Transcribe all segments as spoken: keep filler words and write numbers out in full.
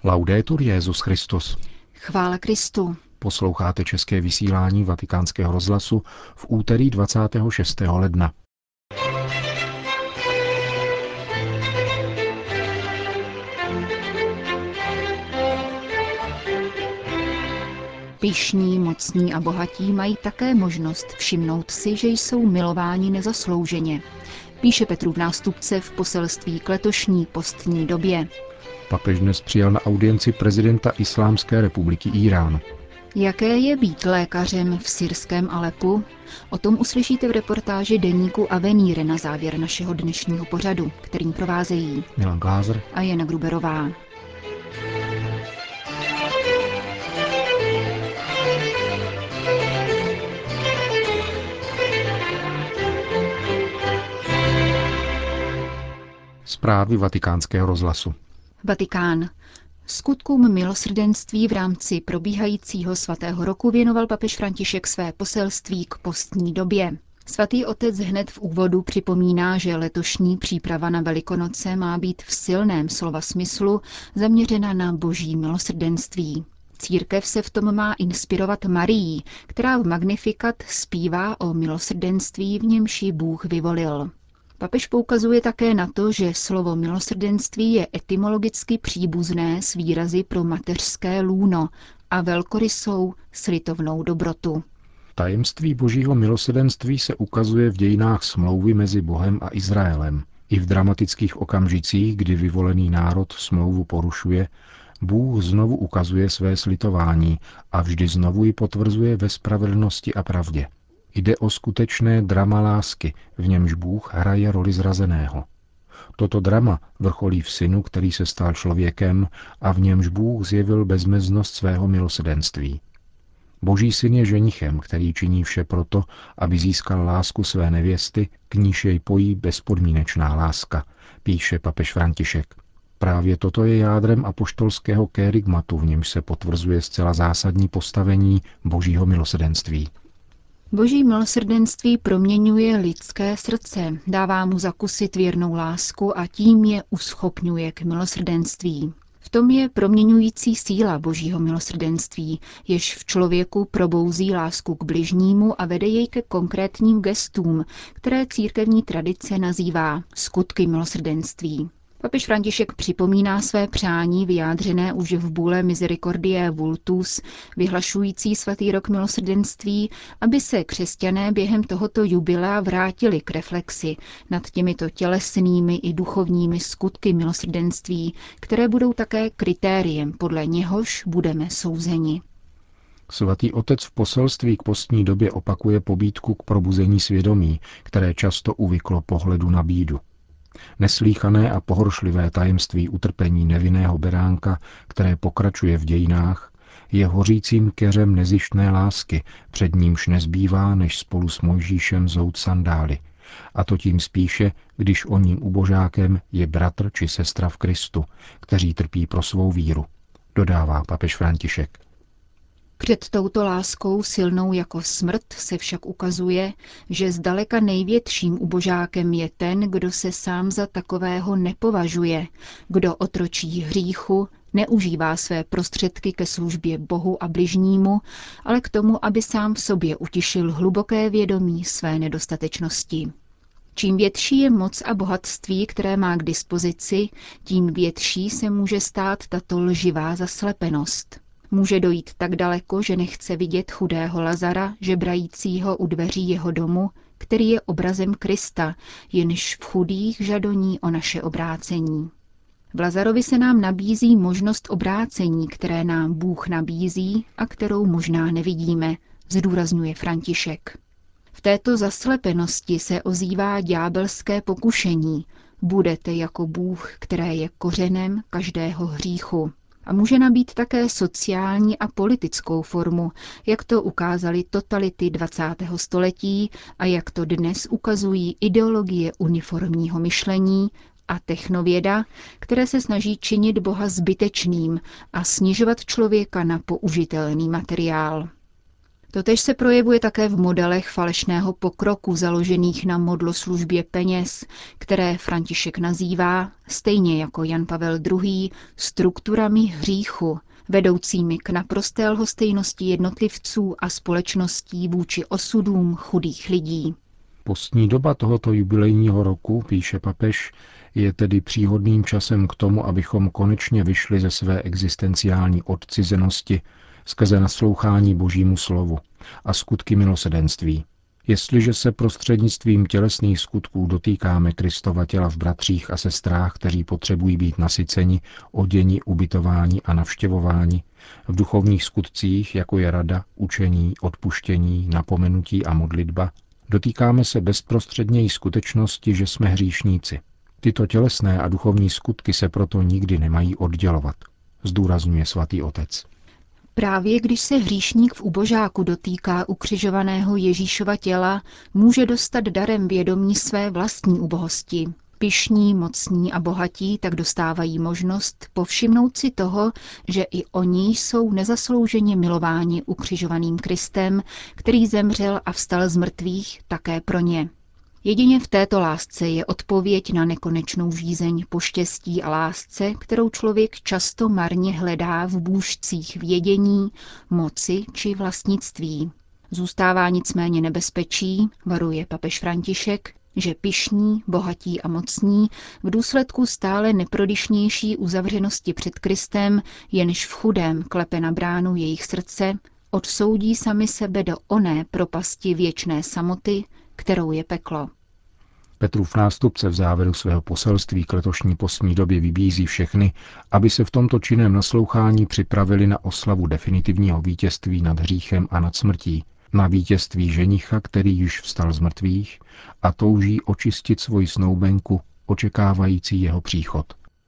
Laudetur Jesus Christus. Chvála Kristu. Posloucháte české vysílání Vatikánského rozhlasu v úterý dvacátého šestého ledna. Pyšní, mocní a bohatí mají také možnost všimnout si, že jsou milováni nezaslouženě. Píše Petrův nástupce v poselství k letošní postní době. Papež dnes přijal na audienci prezidenta Islámské republiky Írán. Jaké je být lékařem v syrském Alepu? O tom uslyšíte v reportáži deníku Avenire na závěr našeho dnešního pořadu, kterým provázejí Milan Glázer a Jana Gruberová. Zprávy Vatikánského rozhlasu. Vatikán. Skutkům milosrdenství v rámci probíhajícího svatého roku věnoval papež František své poselství k postní době. Svatý otec hned v úvodu připomíná, že letošní příprava na Velikonoce má být v silném slova smyslu zaměřena na boží milosrdenství. Církev se v tom má inspirovat Marií, která v Magnificat zpívá o milosrdenství, v němž ji Bůh vyvolil. Papež poukazuje také na to, že slovo milosrdenství je etymologicky příbuzné s výrazy pro mateřské lůno a velkorysou slitovnou dobrotu. Tajemství božího milosrdenství se ukazuje v dějinách smlouvy mezi Bohem a Izraelem. I v dramatických okamžicích, kdy vyvolený národ smlouvu porušuje, Bůh znovu ukazuje své slitování a vždy znovu ji potvrzuje ve spravedlnosti a pravdě. Jde o skutečné drama lásky, v němž Bůh hraje roli zrazeného. Toto drama vrcholí v synu, který se stal člověkem a v němž Bůh zjevil bezmeznost svého milosrdenství. Boží syn je ženichem, který činí vše proto, aby získal lásku své nevěsty, k níž jej pojí bezpodmínečná láska, píše papež František. Právě toto je jádrem apoštolského kérygmatu, v němž se potvrzuje zcela zásadní postavení božího milosrdenství. Boží milosrdenství proměňuje lidské srdce, dává mu zakusit věrnou lásku a tím je uschopňuje k milosrdenství. V tom je proměňující síla božího milosrdenství, jež v člověku probouzí lásku k bližnímu a vede jej ke konkrétním gestům, které církevní tradice nazývá skutky milosrdenství. Papež František připomíná své přání vyjádřené už v bule Misericordiae Vultus, vyhlašující svatý rok milosrdenství, aby se křesťané během tohoto jubilea vrátili k reflexi nad těmito tělesnými i duchovními skutky milosrdenství, které budou také kritériem, podle něhož budeme souzeni. Svatý otec v poselství k postní době opakuje pobídku k probuzení svědomí, které často uvyklo pohledu na bídu. Neslýchané a pohoršlivé tajemství utrpení nevinného beránka, které pokračuje v dějinách, je hořícím keřem nezištné lásky, před nímž nezbývá, než spolu s Mojžíšem zout sandály. A to tím spíše, když oním ubožákem je bratr či sestra v Kristu, kteří trpí pro svou víru, dodává papež František. Před touto láskou silnou jako smrt se však ukazuje, že zdaleka největším ubožákem je ten, kdo se sám za takového nepovažuje, kdo otročí hříchu, neužívá své prostředky ke službě Bohu a bližnímu, ale k tomu, aby sám v sobě utišil hluboké vědomí své nedostatečnosti. Čím větší je moc a bohatství, které má k dispozici, tím větší se může stát tato lživá zaslepenost. Může dojít tak daleko, že nechce vidět chudého Lazara, žebrajícího u dveří jeho domu, který je obrazem Krista, jenž v chudých žadoní o naše obrácení. V Lazarovi se nám nabízí možnost obrácení, které nám Bůh nabízí a kterou možná nevidíme, zdůrazňuje František. V této zaslepenosti se ozývá ďábelské pokušení. Budete jako Bůh, které je kořenem každého hříchu. A může nabít také sociální a politickou formu, jak to ukázaly totality dvacátého století a jak to dnes ukazují ideologie uniformního myšlení a technověda, které se snaží činit Boha zbytečným a snižovat člověka na použitelný materiál. Totež se projevuje také v modelech falešného pokroku založených na modloslužbě peněz, které František nazývá, stejně jako Jan Pavel druhý., strukturami hříchu, vedoucími k naprosté lhostejnosti jednotlivců a společností vůči osudům chudých lidí. Postní doba tohoto jubilejního roku, píše papež, je tedy příhodným časem k tomu, abychom konečně vyšli ze své existenciální odcizenosti skrze naslouchání Božímu slovu a skutky milosedenství. Jestliže se prostřednictvím tělesných skutků dotýkáme Kristova těla v bratřích a sestrách, kteří potřebují být nasyceni, oděni, ubytováni a navštěvováni, v duchovních skutcích, jako je rada, učení, odpuštění, napomenutí a modlitba, dotýkáme se bezprostředně i skutečnosti, že jsme hříšníci. Tyto tělesné a duchovní skutky se proto nikdy nemají oddělovat, zdůrazňuje svatý otec. Právě když se hříšník v ubožáku dotýká ukřižovaného Ježíšova těla, může dostat darem vědomí své vlastní ubohosti. Pyšní, mocní a bohatí tak dostávají možnost povšimnout si toho, že i oni jsou nezaslouženě milováni ukřižovaným Kristem, který zemřel a vstal z mrtvých také pro ně. Jedině v této lásce je odpověď na nekonečnou žízeň po štěstí a lásce, kterou člověk často marně hledá v bůžcích vědění, moci či vlastnictví. Zůstává nicméně nebezpečí, varuje papež František, že pyšní, bohatí a mocní v důsledku stále neprodyšnější uzavřenosti před Kristem, jenž v chudém klepe na bránu jejich srdce, odsoudí sami sebe do oné propasti věčné samoty, kterou je peklo. Petrův nástupce v závěru svého poselství k letošní postní době vybízí všechny, aby se v tomto činném naslouchání připravili na oslavu definitivního vítězství nad hříchem a nad smrtí, na vítězství ženicha, který již vstal z mrtvých a touží očistit svoji snoubenku, očekávající jeho příchod.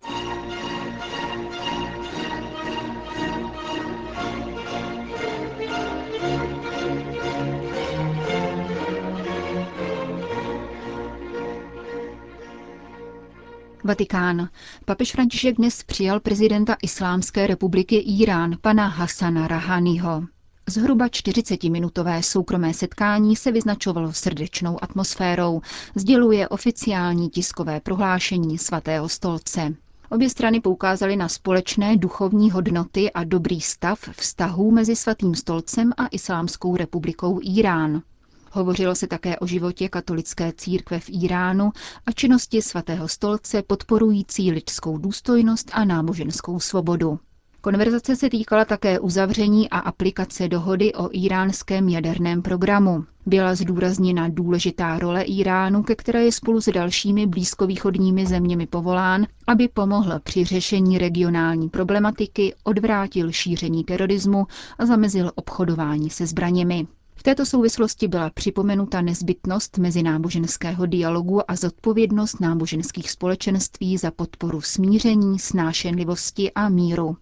Vatikán. Papež František dnes přijal prezidenta Islámské republiky Írán, pana Hasana Rahaniho. Zhruba čtyřicetiminutové soukromé setkání se vyznačovalo srdečnou atmosférou, sděluje oficiální tiskové prohlášení Svatého stolce. Obě strany poukázaly na společné duchovní hodnoty a dobrý stav vztahů mezi Svatým stolcem a Islámskou republikou Írán. Hovořilo se také o životě katolické církve v Íránu a činnosti Svatého stolce podporující lidskou důstojnost a náboženskou svobodu. Konverzace se týkala také uzavření a aplikace dohody o íránském jaderném programu. Byla zdůrazněna důležitá role Íránu, ke které je spolu s dalšími blízkovýchodními zeměmi povolán, aby pomohl při řešení regionální problematiky, odvrátil šíření terorismu a zamezil obchodování se zbraněmi. V této souvislosti byla připomenuta nezbytnost mezináboženského dialogu a zodpovědnost náboženských společenství za podporu smíření, snášenlivosti a míru.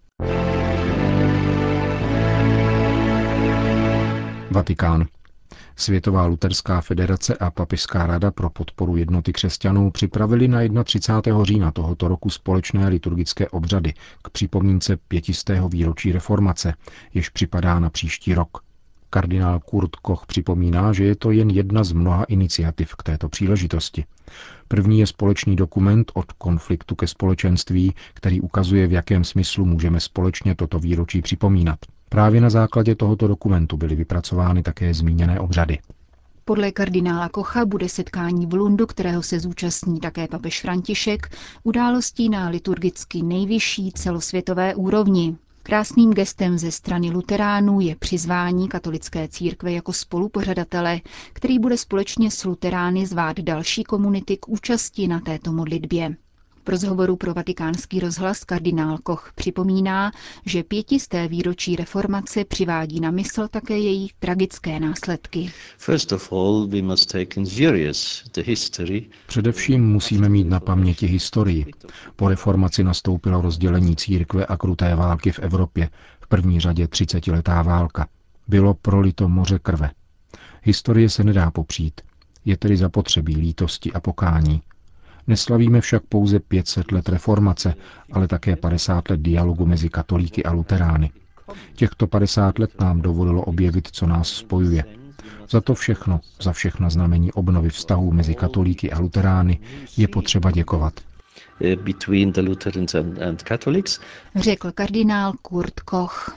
Vatikán. Světová luterská federace a Papežská rada pro podporu jednoty křesťanů připravili na třicátého prvního října tohoto roku společné liturgické obřady k připomínce pětistého výročí reformace, jež připadá na příští rok. Kardinál Kurt Koch připomíná, že je to jen jedna z mnoha iniciativ k této příležitosti. První je společný dokument Od konfliktu ke společenství, který ukazuje, v jakém smyslu můžeme společně toto výročí připomínat. Právě na základě tohoto dokumentu byly vypracovány také zmíněné obřady. Podle kardinála Kocha bude setkání v Lundu, kterého se zúčastní také papež František, událostí na liturgicky nejvyšší celosvětové úrovni. Krásným gestem ze strany luteránů je přizvání katolické církve jako spolupořadatele, který bude společně s luterány zvát další komunity k účasti na této modlitbě. V rozhovoru pro Vatikánský rozhlas kardinál Koch připomíná, že pětisté výročí reformace přivádí na mysl také její tragické následky. Především musíme mít na paměti historii. Po reformaci nastoupilo rozdělení církve a kruté války v Evropě, v první řadě třicetiletá válka. Bylo prolito moře krve. Historie se nedá popřít. Je tedy zapotřebí lítosti a pokání. Neslavíme však pouze pět set let reformace, ale také padesát let dialogu mezi katolíky a luterány. Těchto padesát let nám dovolilo objevit, co nás spojuje. Za to všechno, za všechna znamení obnovy vztahů mezi katolíky a luterány je potřeba děkovat. Řekl kardinál Kurt Koch.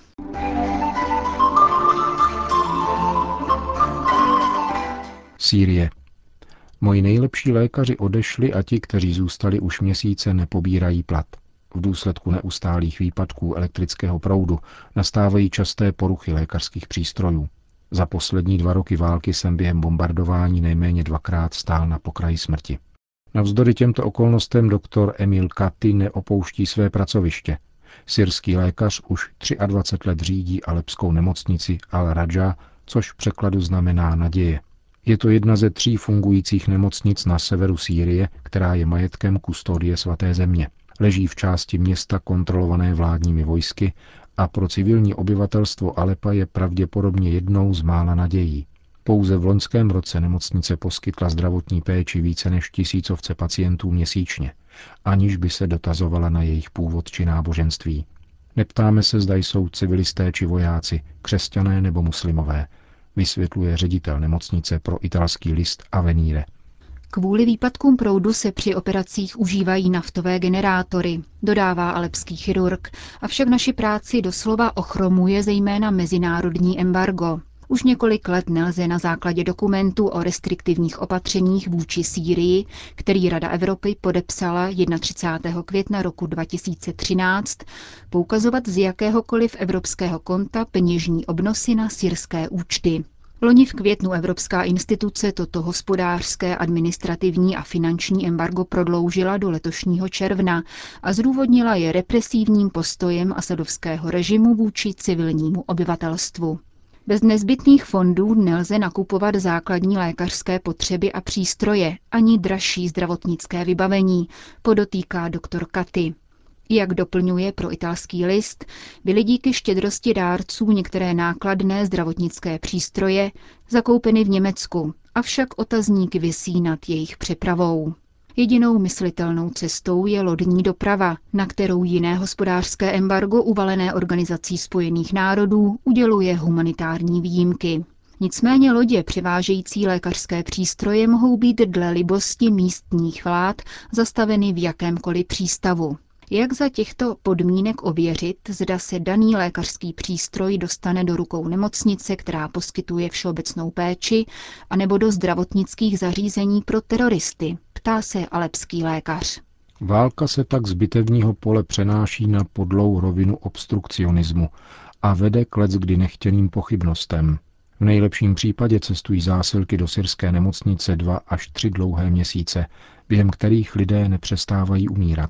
Sýrie. Moji nejlepší lékaři odešli a ti, kteří zůstali už měsíce, nepobírají plat. V důsledku neustálých výpadků elektrického proudu nastávají časté poruchy lékařských přístrojů. Za poslední dva roky války jsem během bombardování nejméně dvakrát stál na pokraji smrti. Navzdory těmto okolnostem doktor Emil Katy neopouští své pracoviště. Syrský lékař už dvacet tři let řídí alepskou nemocnici Al-Raja, což v překladu znamená naděje. Je to jedna ze tří fungujících nemocnic na severu Sýrie, která je majetkem kustodie svaté země. Leží v části města kontrolované vládními vojsky a pro civilní obyvatelstvo Alepa je pravděpodobně jednou z mála nadějí. Pouze v loňském roce nemocnice poskytla zdravotní péči více než tisícovce pacientů měsíčně, aniž by se dotazovala na jejich původ či náboženství. Neptáme se, zda jsou civilisté či vojáci, křesťané nebo muslimové, vysvětluje ředitel nemocnice pro italský list Avvenire. Kvůli výpadkům proudu se při operacích užívají naftové generátory, dodává alepský chirurg, avšak naši práci doslova ochromuje zejména mezinárodní embargo. Už několik let nelze na základě dokumentu o restriktivních opatřeních vůči Sýrii, který Rada Evropy podepsala třicátého prvního května roku dva tisíce třináct, poukazovat z jakéhokoliv evropského konta peněžní obnosy na syrské účty. Loni v květnu Evropská instituce toto hospodářské, administrativní a finanční embargo prodloužila do letošního června a zdůvodnila je represivním postojem asadovského režimu vůči civilnímu obyvatelstvu. Bez nezbytných fondů nelze nakupovat základní lékařské potřeby a přístroje, ani dražší zdravotnické vybavení, podotýká doktor Katy. Jak doplňuje pro italský list, byly díky štědrosti dárců některé nákladné zdravotnické přístroje zakoupeny v Německu, avšak otazník visí nad jejich přepravou. Jedinou myslitelnou cestou je lodní doprava, na kterou jiné hospodářské embargo uvalené Organizací spojených národů uděluje humanitární výjimky. Nicméně lodě převážející lékařské přístroje mohou být dle libosti místních vlád zastaveny v jakémkoliv přístavu. Jak za těchto podmínek ověřit, zda se daný lékařský přístroj dostane do rukou nemocnice, která poskytuje všeobecnou péči, anebo do zdravotnických zařízení pro teroristy, ptá se alepský lékař. Válka se tak z bitevního pole přenáší na podlou rovinu obstrukcionismu a vede k leckdy nechtěným pochybnostem. V nejlepším případě cestují zásilky do syrské nemocnice dva až tři dlouhé měsíce, během kterých lidé nepřestávají umírat.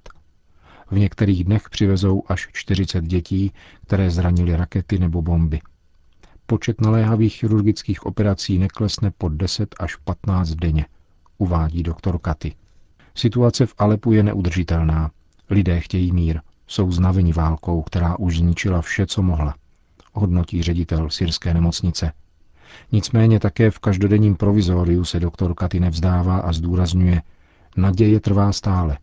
V některých dnech přivezou až čtyřicet dětí, které zranily rakety nebo bomby. Počet naléhavých chirurgických operací neklesne pod deset až patnáct denně, uvádí doktor Katy. Situace v Alepu je neudržitelná. Lidé chtějí mír, jsou znaveni válkou, která už zničila vše, co mohla, hodnotí ředitel syrské nemocnice. Nicméně také v každodenním provizoriu se doktor Katy nevzdává a zdůrazňuje, naděje trvá stále.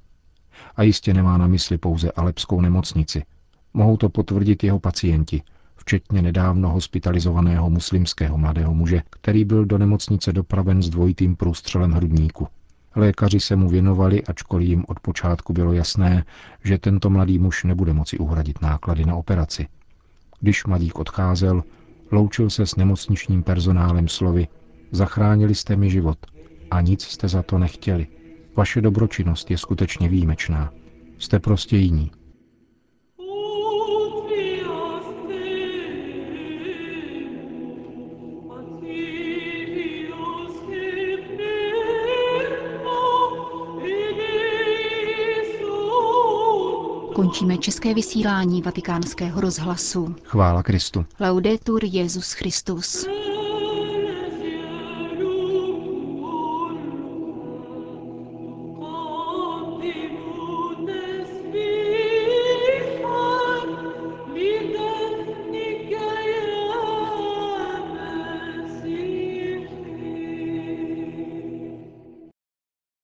A jistě nemá na mysli pouze alepskou nemocnici. Mohou to potvrdit jeho pacienti, včetně nedávno hospitalizovaného muslimského mladého muže, který byl do nemocnice dopraven s dvojitým průstřelem hrudníku. Lékaři se mu věnovali, ačkoliv jim od počátku bylo jasné, že tento mladý muž nebude moci uhradit náklady na operaci. Když mladík odcházel, loučil se s nemocničním personálem slovy: zachránili jste mi život a nic jste za to nechtěli. Vaše dobročinnost je skutečně výjimečná. Jste prostě jiní. Končíme české vysílání Vatikánského rozhlasu. Chvála Kristu. Laudetur Jesus Christus.